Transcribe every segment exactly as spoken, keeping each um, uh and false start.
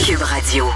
Cube Radio.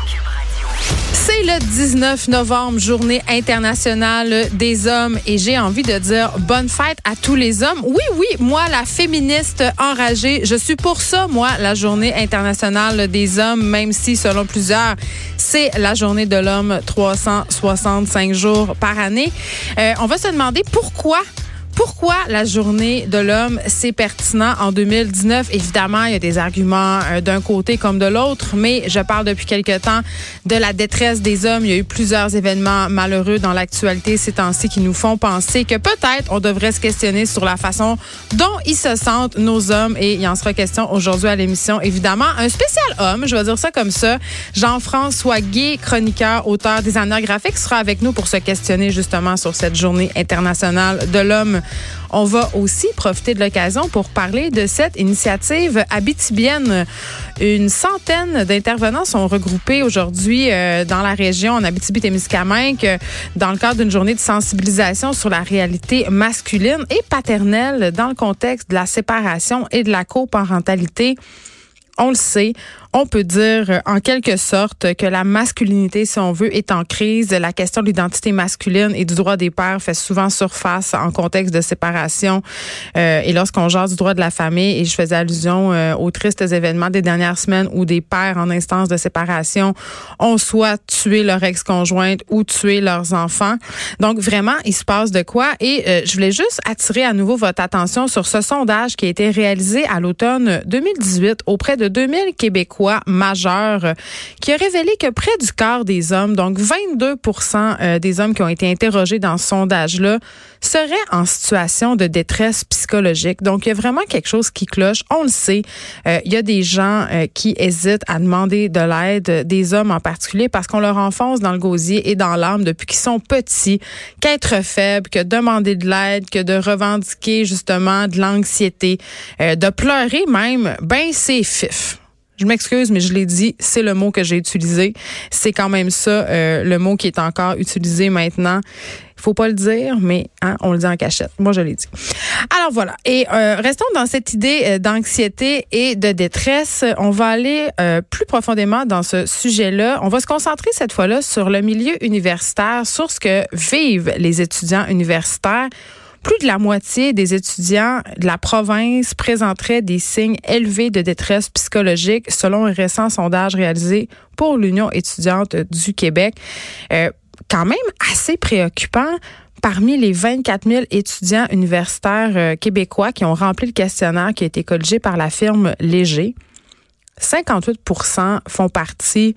C'est le dix-neuf novembre, journée internationale des hommes, et j'ai envie de dire bonne fête à tous les hommes. Oui, oui, moi, la féministe enragée, je suis pour ça, moi, la journée internationale des hommes, même si, selon plusieurs, c'est la journée de l'homme trois cent soixante-cinq jours par année. Euh, on va se demander pourquoi Pourquoi la journée de l'homme, c'est pertinent en deux mille dix-neuf? Évidemment, il y a des arguments euh, d'un côté comme de l'autre, mais je parle depuis quelque temps de la détresse des hommes. Il y a eu plusieurs événements malheureux dans l'actualité ces temps-ci qui nous font penser que peut-être on devrait se questionner sur la façon dont ils se sentent, nos hommes, et il en sera question aujourd'hui à l'émission. Évidemment, un spécial homme, je vais dire ça comme ça. Jean-François Guay, chroniqueur, auteur, designer graphique, sera avec nous pour se questionner justement sur cette journée internationale de l'homme. On va aussi profiter de l'occasion pour parler de cette initiative abitibienne. Une centaine d'intervenants sont regroupés aujourd'hui euh, dans la région, en Abitibi-Témiscamingue, dans le cadre d'une journée de sensibilisation sur la réalité masculine et paternelle dans le contexte de la séparation et de la coparentalité. On le sait, on peut dire en quelque sorte que la masculinité, si on veut, est en crise. La question de l'identité masculine et du droit des pères fait souvent surface en contexte de séparation. Euh, et lorsqu'on jase du droit de la famille, et je faisais allusion euh, aux tristes événements des dernières semaines où des pères en instance de séparation ont soit tué leur ex-conjointe ou tué leurs enfants. Donc vraiment, il se passe de quoi? Et euh, je voulais juste attirer à nouveau votre attention sur ce sondage qui a été réalisé à l'automne deux mille dix-huit auprès de deux mille Québécois majeurs, qui a révélé que près du quart des hommes, donc vingt-deux pour cent des hommes qui ont été interrogés dans ce sondage-là, seraient en situation de détresse psychologique. Donc, il y a vraiment quelque chose qui cloche. On le sait. Euh, il y a des gens euh, qui hésitent à demander de l'aide, des hommes en particulier, parce qu'on leur enfonce dans le gosier et dans l'âme depuis qu'ils sont petits qu'être faible, que demander de l'aide, que de revendiquer justement de l'anxiété, euh, de pleurer même, ben c'est fif. Je m'excuse, mais je l'ai dit, c'est le mot que j'ai utilisé. C'est quand même ça, euh, le mot qui est encore utilisé maintenant. Il faut pas le dire, mais hein, on le dit en cachette. Moi, je l'ai dit. Alors voilà. Et euh, restons dans cette idée euh, d'anxiété et de détresse. On va aller euh, plus profondément dans ce sujet-là. On va se concentrer cette fois-là sur le milieu universitaire, sur ce que vivent les étudiants universitaires. Plus de la moitié des étudiants de la province présenteraient des signes élevés de détresse psychologique, selon un récent sondage réalisé pour l'Union étudiante du Québec. Euh, quand même assez préoccupant. Parmi les vingt-quatre mille étudiants universitaires euh, québécois qui ont rempli le questionnaire qui a été colligé par la firme Léger, cinquante-huit pour cent font partie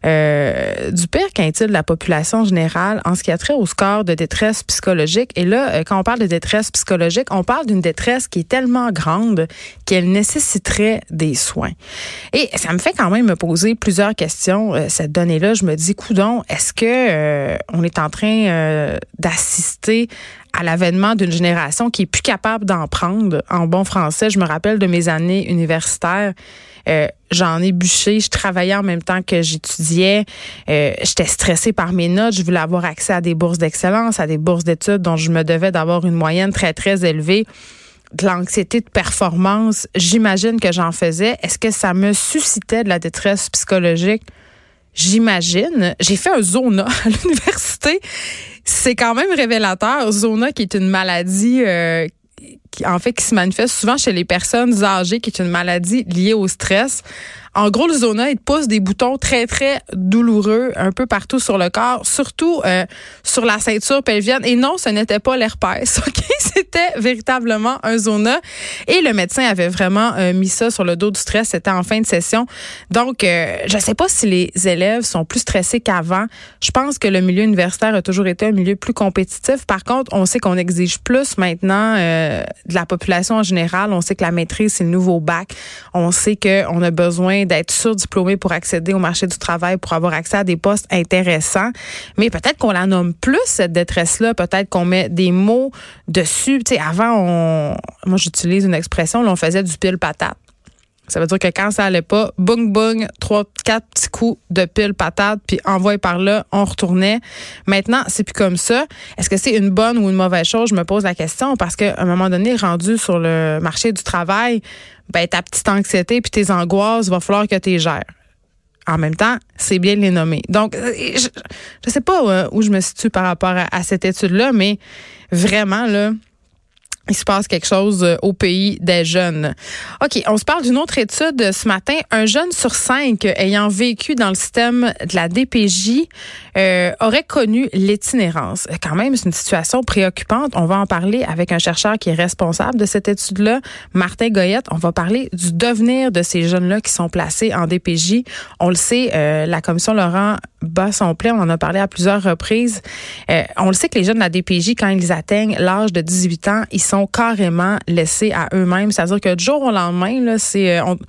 euh, du pire quintile de la population générale en ce qui a trait au score de détresse psychologique. Et là, euh, quand on parle de détresse psychologique, on parle d'une détresse qui est tellement grande qu'elle nécessiterait des soins. Et ça me fait quand même me poser plusieurs questions. Euh, cette donnée-là, je me dis, coudonc, est-ce que euh, on est en train euh, d'assister à l'avènement d'une génération qui est plus capable d'en prendre en bon français? Je me rappelle de mes années universitaires. Euh, j'en ai bûché. Je travaillais en même temps que j'étudiais. Euh, j'étais stressée par mes notes. Je voulais avoir accès à des bourses d'excellence, à des bourses d'études dont je me devais d'avoir une moyenne très, très élevée. De l'anxiété de performance, j'imagine que j'en faisais. Est-ce que ça me suscitait de la détresse psychologique? J'imagine. J'ai fait un zona à l'université. C'est quand même révélateur. Zona, qui est une maladie euh, qui, en fait, qui se manifeste souvent chez les personnes âgées, qui est une maladie liée au stress. En gros, le zona, il te pousse des boutons très, très douloureux un peu partout sur le corps, surtout euh, sur la ceinture pelvienne. Et non, ce n'était pas l'herpès, OK? C'était véritablement un zona. Et le médecin avait vraiment euh, mis ça sur le dos du stress. C'était en fin de session. Donc, euh, je ne sais pas si les élèves sont plus stressés qu'avant. Je pense que le milieu universitaire a toujours été un milieu plus compétitif. Par contre, on sait qu'on exige plus maintenant euh, de la population en général. On sait que la maîtrise, c'est le nouveau bac. On sait qu'on a besoin d'être surdiplômé pour accéder au marché du travail, pour avoir accès à des postes intéressants. Mais peut-être qu'on la nomme plus, cette détresse-là. Peut-être qu'on met des mots dessus. Tu sais, avant, on, moi, j'utilise une expression, là, on faisait du pile-patate. Ça veut dire que quand ça allait pas, boum, boum, trois, quatre petits coups de pile patate, puis envoyé par là, on retournait. Maintenant, c'est plus comme ça. Est-ce que c'est une bonne ou une mauvaise chose? Je me pose la question parce qu'à un moment donné, rendu sur le marché du travail, ben ta petite anxiété puis tes angoisses, il va falloir que tu les gères. en même temps, c'est bien de les nommer. Donc, je ne sais pas où je me situe par rapport à, à cette étude-là, mais vraiment, là, il se passe quelque chose au pays des jeunes. OK, on se parle d'une autre étude ce matin. Un jeune sur cinq ayant vécu dans le système de la D P J euh, aurait connu l'itinérance. Quand même, c'est une situation préoccupante. On va en parler avec un chercheur qui est responsable de cette étude-là, Martin Goyette. On va parler du devenir de ces jeunes-là qui sont placés en D P J. On le sait, euh, la commission Laurent bat son plein. On en a parlé à plusieurs reprises. Euh, on le sait que les jeunes de la D P J, quand ils atteignent l'âge de dix-huit ans, ils sont carrément laissés à eux-mêmes. C'est-à-dire que du jour au lendemain, là, c'est on,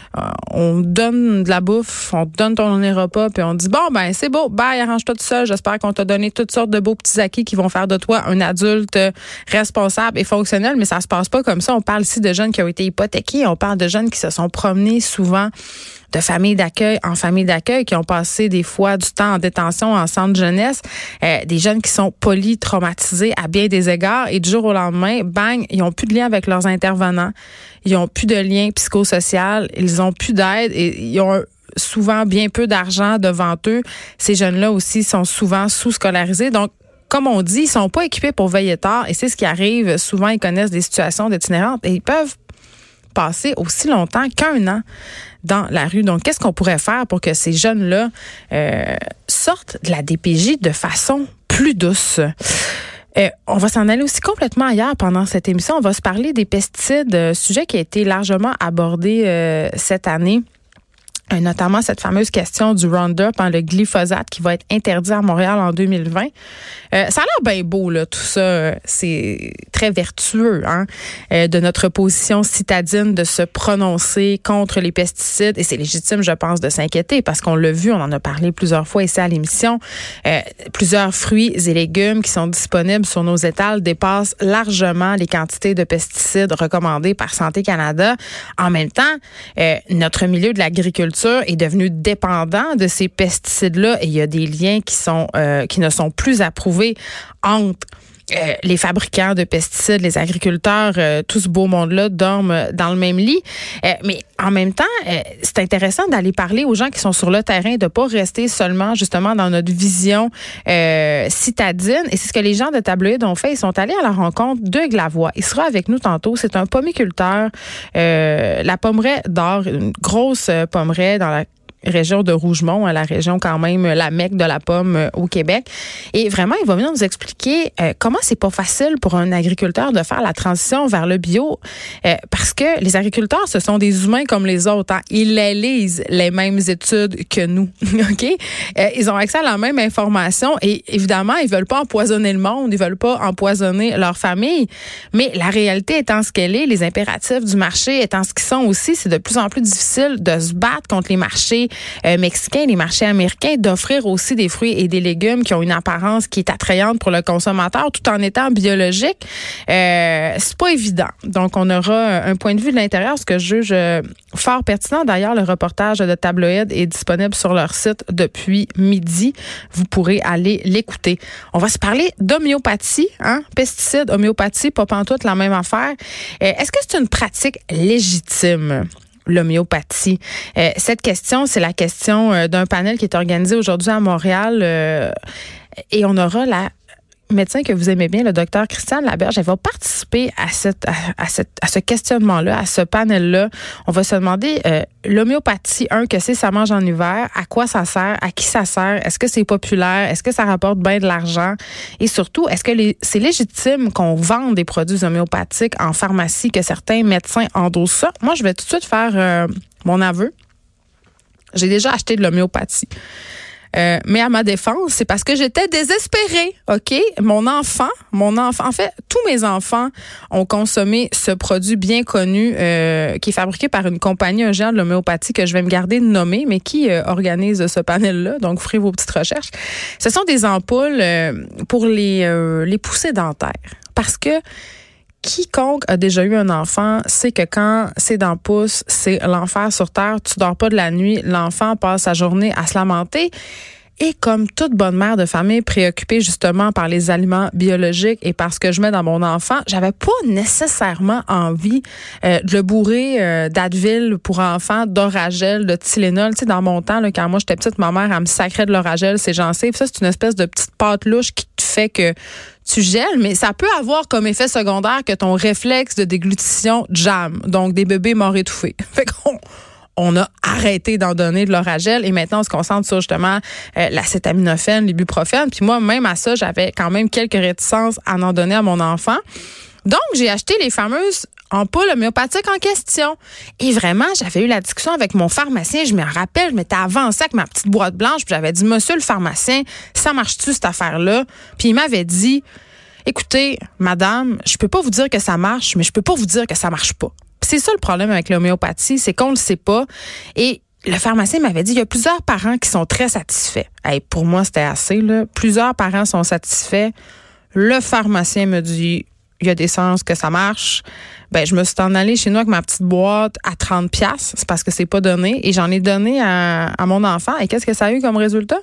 on donne de la bouffe, on te donne ton repas, puis on dit bon ben c'est beau, bye, arrange-toi tout seul. J'espère qu'on t'a donné toutes sortes de beaux petits acquis qui vont faire de toi un adulte responsable et fonctionnel. Mais ça se passe pas comme ça. On parle ici de jeunes qui ont été hypothéqués. On parle de jeunes qui se sont promenés souvent de famille d'accueil en famille d'accueil, qui ont passé des fois du temps en détention en centre jeunesse, euh, des jeunes qui sont polytraumatisés à bien des égards et du jour au lendemain, bang, ils ont plus de lien avec leurs intervenants, ils ont plus de lien psychosocial, ils ont plus d'aide et ils ont souvent bien peu d'argent devant eux. Ces jeunes-là aussi sont souvent sous-scolarisés, donc comme on dit, ils sont pas équipés pour veiller tard et c'est ce qui arrive. Souvent, ils connaissent des situations d'itinérance et ils peuvent passer aussi longtemps qu'un an dans la rue. Donc, qu'est-ce qu'on pourrait faire pour que ces jeunes-là euh, sortent de la D P J de façon plus douce? Euh, on va s'en aller aussi complètement ailleurs pendant cette émission. On va se parler des pesticides, euh, sujet qui a été largement abordé euh, cette année. Euh, notamment cette fameuse question du Roundup, hein, le glyphosate qui va être interdit à Montréal en deux mille vingt. Euh, ça a l'air bien beau, là, tout ça. C'est très vertueux, hein, euh, de notre position citadine de se prononcer contre les pesticides. Et c'est légitime, je pense, de s'inquiéter parce qu'on l'a vu, on en a parlé plusieurs fois ici à l'émission. Euh, plusieurs fruits et légumes qui sont disponibles sur nos étals dépassent largement les quantités de pesticides recommandées par Santé Canada. En même temps, euh, notre milieu de l'agriculture est devenu dépendant de ces pesticides-là et il y a des liens qui sont euh, qui ne sont plus approuvés entre euh, les fabricants de pesticides, les agriculteurs, euh, tout ce beau monde-là dorment dans le même lit. Euh, mais en même temps, euh, c'est intéressant d'aller parler aux gens qui sont sur le terrain, de pas rester seulement justement dans notre vision euh, citadine. Et c'est ce que les gens de Tabloïd ont fait. Ils sont allés à la rencontre de Glavois. Il sera avec nous tantôt. C'est un pommiculteur, euh, la pommeraie d'or, une grosse pommeraie dans la région de Rougemont, à la région quand même, la Mecque de la pomme euh, au Québec. Et vraiment, il va venir nous expliquer euh, comment c'est pas facile pour un agriculteur de faire la transition vers le bio, euh, parce que les agriculteurs, ce sont des humains comme les autres. Hein. Ils lisent les mêmes études que nous. OK? Euh, ils ont accès à la même information et évidemment, ils veulent pas empoisonner le monde, ils veulent pas empoisonner leur famille. Mais la réalité étant ce qu'elle est, les impératifs du marché étant ce qu'ils sont aussi, c'est de plus en plus difficile de se battre contre les marchés Euh, mexicains, les marchés américains, d'offrir aussi des fruits et des légumes qui ont une apparence qui est attrayante pour le consommateur tout en étant biologique. Euh, c'est pas évident. Donc, on aura un point de vue de l'intérieur, ce que je juge fort pertinent. D'ailleurs, le reportage de Tabloïd est disponible sur leur site depuis midi. Vous pourrez aller l'écouter. On va se parler d'homéopathie, hein? Pesticides, homéopathie, pas pantoute la même affaire. Euh, est-ce que c'est une pratique légitime? L'homéopathie. Euh, cette question, c'est la question euh, d'un panel qui est organisé aujourd'hui à Montréal euh, et on aura la médecin que vous aimez bien, le docteur Christiane Laberge. Elle va participer à cette, à, à cette, à ce questionnement-là, à ce panel-là. On va se demander euh, l'homéopathie, un, que c'est, ça mange en hiver, à quoi ça sert, à qui ça sert, est-ce que c'est populaire, est-ce que ça rapporte bien de l'argent et surtout, est-ce que les, c'est légitime qu'on vende des produits homéopathiques en pharmacie, que certains médecins endossent ça? Moi, je vais tout de suite faire euh, mon aveu. J'ai déjà acheté de l'homéopathie. Euh, mais à ma défense, c'est parce que j'étais désespérée, OK? Mon enfant, mon enfant, en fait, tous mes enfants ont consommé ce produit bien connu euh, qui est fabriqué par une compagnie, un géant de l'homéopathie que je vais me garder de nommer, mais qui euh, organise ce panel-là. Donc, vous ferez vos petites recherches. Ce sont des ampoules euh, pour les, euh, les poussées dentaires. Parce que quiconque a déjà eu un enfant sait que quand c'est dans le pouce, c'est l'enfer sur terre. Tu dors pas de la nuit. L'enfant passe sa journée à se lamenter. Et comme toute bonne mère de famille préoccupée justement par les aliments biologiques et par ce que je mets dans mon enfant, j'avais pas nécessairement envie euh, de le bourrer euh, d'Advil pour enfants, d'Oragel, de Tylenol. Tu sais, dans mon temps, là, quand moi j'étais petite, ma mère, elle me sacrait de l'Oragel, c'est gencives. Ça, c'est une espèce de petite pâte louche qui te fait que tu gèles, mais ça peut avoir comme effet secondaire que ton réflexe de déglutition jam. Donc, des bébés morts étouffés. Fait qu'on on a arrêté d'en donner de l'Oragel et maintenant on se concentre sur justement euh, l'acétaminophène, l'ibuprofène. Puis moi, même à ça, j'avais quand même quelques réticences à en donner à mon enfant. Donc, j'ai acheté les fameuses ampoules homéopathiques en question. Et vraiment, j'avais eu la discussion avec mon pharmacien. Je me rappelle, je m'étais avancée avec ma petite boîte blanche. Puis j'avais dit, monsieur le pharmacien, ça marche-tu cette affaire-là? Puis il m'avait dit, écoutez, madame, je peux pas vous dire que ça marche, mais je peux pas vous dire que ça marche pas. C'est ça le problème avec l'homéopathie, c'est qu'on le sait pas. Et le pharmacien m'avait dit, il y a plusieurs parents qui sont très satisfaits. Hey, pour moi, c'était assez, là. Plusieurs parents sont satisfaits. Le pharmacien me dit, il y a des chances que ça marche. Ben, je me suis en allée chez nous avec ma petite boîte à trente piastres. C'est parce que c'est pas donné. Et j'en ai donné à, à mon enfant. Et qu'est-ce que ça a eu comme résultat?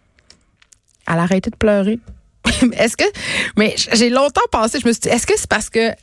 Elle a arrêté de pleurer. Est-ce que, mais j'ai longtemps pensé, je me suis dit, est-ce que c'est parce que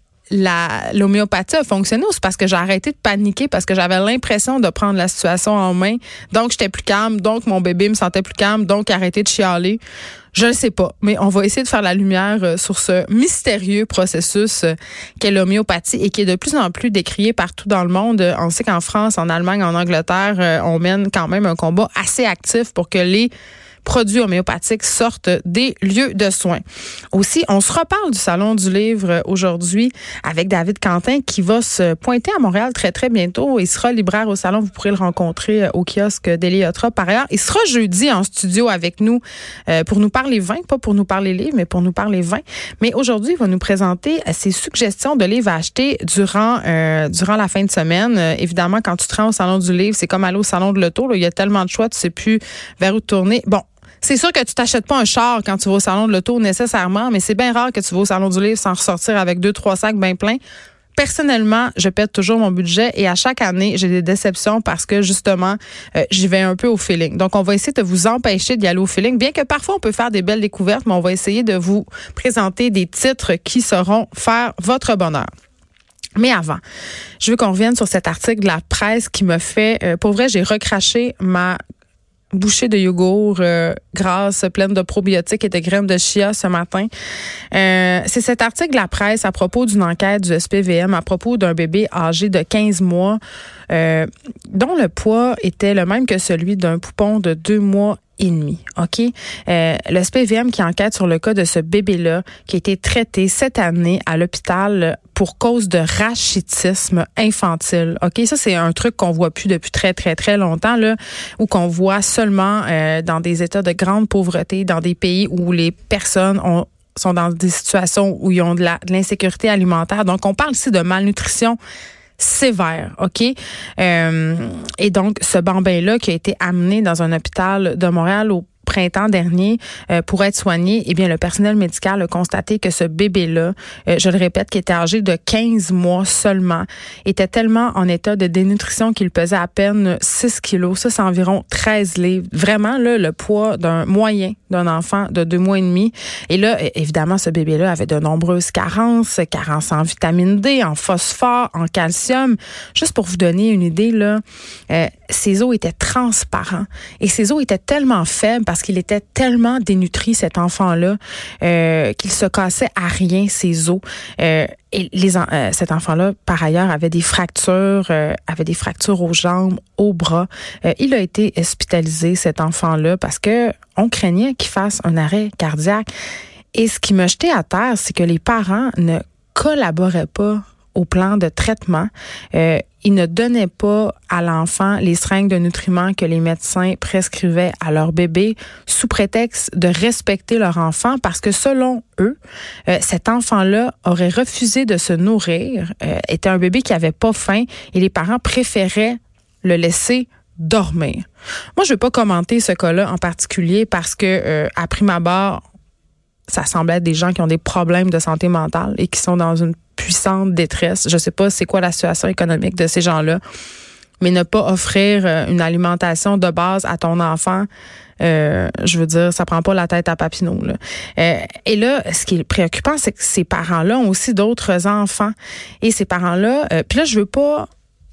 La, l'homéopathie a fonctionné ou c'est parce que j'ai arrêté de paniquer, parce que j'avais l'impression de prendre la situation en main. Donc, j'étais plus calme. Donc, mon bébé me sentait plus calme. Donc, arrêté de chialer. Je ne sais pas. Mais on va essayer de faire la lumière sur ce mystérieux processus qu'est l'homéopathie et qui est de plus en plus décrié partout dans le monde. On sait qu'en France, en Allemagne, en Angleterre, on mène quand même un combat assez actif pour que les produits homéopathiques sortent des lieux de soins. Aussi, on se reparle du Salon du livre aujourd'hui avec David Quentin qui va se pointer à Montréal très, très bientôt. Il sera libraire au salon. Vous pourrez le rencontrer au kiosque d'Eliottra. Par ailleurs, il sera jeudi en studio avec nous euh, pour nous parler vin, pas pour nous parler livre, mais pour nous parler vin. Mais aujourd'hui, il va nous présenter ses suggestions de livres à acheter durant, euh, durant la fin de semaine. Euh, évidemment, quand tu te rends au Salon du livre, c'est comme aller au Salon de l'auto. Là, il y a tellement de choix, tu sais plus vers où tourner. Bon, c'est sûr que tu t'achètes pas un char quand tu vas au salon de l'auto nécessairement, mais c'est bien rare que tu vas au salon du livre sans ressortir avec deux, trois sacs bien pleins. Personnellement, je pète toujours mon budget et à chaque année, j'ai des déceptions parce que justement, euh, j'y vais un peu au feeling. Donc, on va essayer de vous empêcher d'y aller au feeling, bien que parfois on peut faire des belles découvertes, mais on va essayer de vous présenter des titres qui sauront faire votre bonheur. Mais avant, je veux qu'on revienne sur cet article de la presse qui me fait, euh, pour vrai, j'ai recraché ma bouchée de yogourt euh, grasse, pleine de probiotiques et de graines de chia ce matin. Euh, c'est cet article de la presse à propos d'une enquête du S P V M à propos d'un bébé âgé de quinze mois euh, dont le poids était le même que celui d'un poupon de deux mois et demi. OK? Euh, le S P V M qui enquête sur le cas de ce bébé-là qui a été traité cette année à l'hôpital pour cause de rachitisme infantile. OK? Ça, c'est un truc qu'on voit plus depuis très, très, très longtemps, là, ou qu'on voit seulement euh, dans des états de grande pauvreté, dans des pays où les personnes ont sont dans des situations où ils ont de, la, de l'insécurité alimentaire. Donc, on parle ici de malnutrition sévère, OK? Euh, et donc, ce bambin-là qui a été amené dans un hôpital de Montréal au printemps dernier euh, pour être soigné, eh bien, le personnel médical a constaté que ce bébé-là, euh, je le répète, qui était âgé de quinze mois seulement, était tellement en état de dénutrition qu'il pesait à peine six kilos. Ça, c'est environ treize livres. Vraiment, là, le poids d'un moyen d'un enfant de deux mois et demi. Et là, évidemment, ce bébé-là avait de nombreuses carences, carences en vitamine D, en phosphore, en calcium. Juste pour vous donner une idée, là, euh, ses os étaient transparents. Et ses os étaient tellement faibles parce qu'il était tellement dénutri, cet enfant-là, euh, qu'il se cassait à rien, ses os. Euh, et les, euh, cet enfant-là, par ailleurs, avait des fractures, euh, avait des fractures aux jambes, aux bras. Euh, il a été hospitalisé, cet enfant-là, parce que on craignait qu'il fasse un arrêt cardiaque. Et ce qui m'a jeté à terre, c'est que les parents ne collaboraient pas au plan de traitement. Euh, ils ne donnaient pas à l'enfant les seringues de nutriments que les médecins prescrivaient à leur bébé sous prétexte de respecter leur enfant parce que selon eux, euh, cet enfant-là aurait refusé de se nourrir, euh, était un bébé qui avait pas faim et les parents préféraient le laisser dormir. Moi, je ne vais pas commenter ce cas-là en particulier parce que, euh, à prime abord, ça semblait être des gens qui ont des problèmes de santé mentale et qui sont dans une puissante détresse. Je sais pas c'est quoi la situation économique de ces gens-là. mais ne pas offrir euh, une alimentation de base à ton enfant, Euh, je veux dire, ça prend pas la tête à Papineau, là. Euh, et là, ce qui est préoccupant, c'est que ces parents-là ont aussi d'autres enfants. Et ces parents-là, euh, puis là, je veux pas...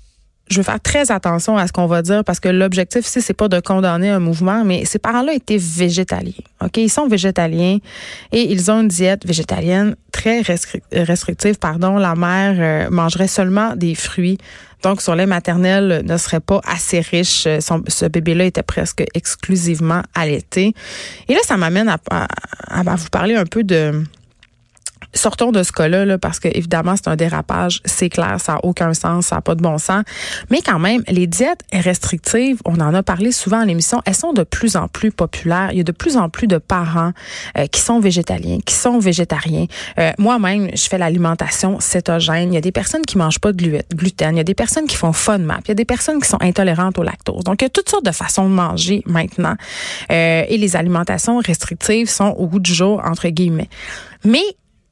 Je veux faire très attention à ce qu'on va dire parce que l'objectif ici, c'est pas de condamner un mouvement, mais ces parents-là étaient végétaliens. OK? Ils sont végétaliens et ils ont une diète végétalienne très restri- restrictive. Pardon. La mère euh, mangerait seulement des fruits. Donc, son lait maternel ne serait pas assez riche. Son, ce bébé-là était presque exclusivement allaité. Et là, ça m'amène à, à, à vous parler un peu de... Sortons de ce cas-là, là, parce que évidemment, c'est un dérapage, c'est clair, ça n'a aucun sens, ça n'a pas de bon sens. Mais quand même, les diètes restrictives, on en a parlé souvent à l'émission, elles sont de plus en plus populaires. Il y a de plus en plus de parents euh, qui sont végétaliens, qui sont végétariens. Euh, moi-même, je fais l'alimentation cétogène. Il y a des personnes qui mangent pas de gluten. Il y a des personnes qui font FODMAP. Il y a des personnes qui sont intolérantes au lactose. Donc, il y a toutes sortes de façons de manger maintenant. Euh, et les alimentations restrictives sont au goût du jour, entre guillemets. Mais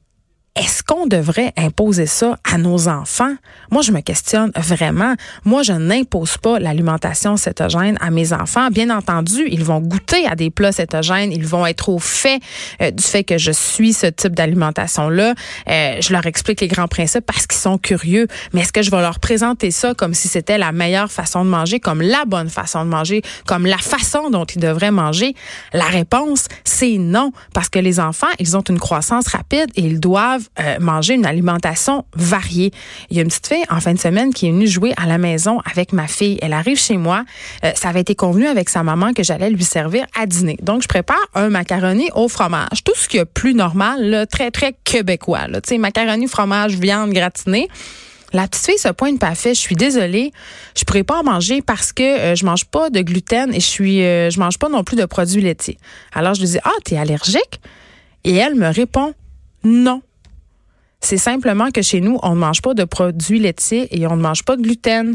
est-ce qu'on devrait imposer ça à nos enfants? Moi, je me questionne vraiment. Moi, je n'impose pas l'alimentation cétogène à mes enfants. Bien entendu, ils vont goûter à des plats cétogènes. Ils vont être au fait euh, du fait que je suis ce type d'alimentation-là. Euh, je leur explique les grands principes parce qu'ils sont curieux. Mais est-ce que je vais leur présenter ça comme si c'était la meilleure façon de manger, comme la bonne façon de manger, comme la façon dont ils devraient manger? La réponse, c'est non. Parce que les enfants, ils ont une croissance rapide et ils doivent Euh, manger une alimentation variée. Il y a une petite fille en fin de semaine qui est venue jouer à la maison avec ma fille. Elle arrive chez moi. Euh, ça avait été convenu avec sa maman que j'allais lui servir à dîner. Donc, je prépare un macaroni au fromage. Tout ce qui est plus normal, là, très, très québécois. Tu sais, macaroni, fromage, viande gratinée. La petite fille se pointe pas fait. Je suis désolée, je pourrais pas en manger parce que euh, je mange pas de gluten et je suis, euh, je mange pas non plus de produits laitiers. Alors, je lui dis, ah, t'es allergique? Et elle me répond, non. C'est simplement que chez nous, on ne mange pas de produits laitiers et on ne mange pas de gluten.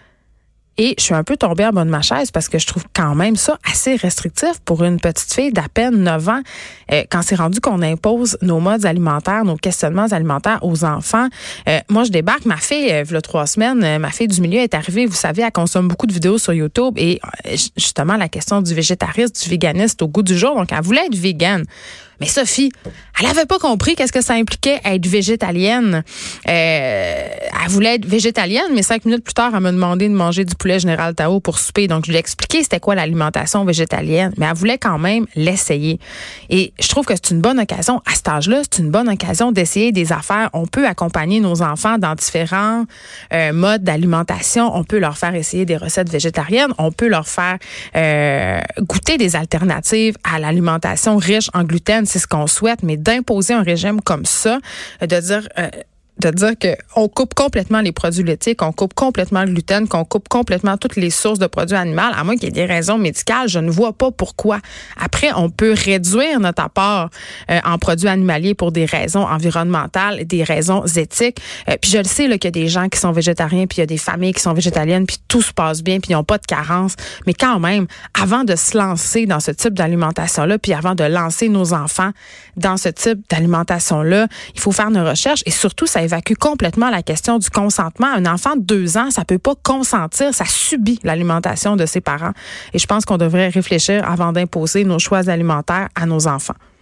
Et je suis un peu tombée à bas de ma chaise parce que je trouve quand même ça assez restrictif pour une petite fille d'à peine neuf ans. Euh, quand c'est rendu qu'on impose nos modes alimentaires, nos questionnements alimentaires aux enfants. Euh, moi, je débarque. Ma fille, euh, il y a trois semaines, euh, ma fille du milieu est arrivée. Vous savez, elle consomme beaucoup de vidéos sur YouTube. Et euh, justement, la question du végétarisme, du véganisme, au goût du jour. Donc, elle voulait être végane. Mais Sophie, elle avait pas compris qu'est-ce que ça impliquait être végétalienne. Euh, elle voulait être végétalienne, mais cinq minutes plus tard, elle m'a demandé de manger du poulet Général Tao pour souper. Donc, je lui ai expliqué c'était quoi l'alimentation végétalienne, mais elle voulait quand même l'essayer. Et je trouve que c'est une bonne occasion, à cet âge-là, c'est une bonne occasion d'essayer des affaires. On peut accompagner nos enfants dans différents euh, modes d'alimentation. On peut leur faire essayer des recettes végétariennes. On peut leur faire euh, goûter des alternatives à l'alimentation riche en gluten. C'est ce qu'on souhaite, mais d'imposer un régime comme ça, de dire... Euh, de dire qu'on coupe complètement les produits laitiers, qu'on coupe complètement le gluten, qu'on coupe complètement toutes les sources de produits animaux, à moins qu'il y ait des raisons médicales, je ne vois pas pourquoi. Après, on peut réduire notre apport euh, en produits animaliers pour des raisons environnementales, des raisons éthiques. Euh, puis je le sais là, qu'il y a des gens qui sont végétariens, puis il y a des familles qui sont végétaliennes, puis tout se passe bien, puis ils n'ont pas de carence. Mais quand même, avant de se lancer dans ce type d'alimentation-là, puis avant de lancer nos enfants dans ce type d'alimentation-là, il faut faire nos recherches et surtout, ça évacue complètement la question du consentement. Un enfant de deux ans, ça peut pas consentir, ça subit l'alimentation de ses parents. Et je pense qu'on devrait réfléchir avant d'imposer nos choix alimentaires à nos enfants.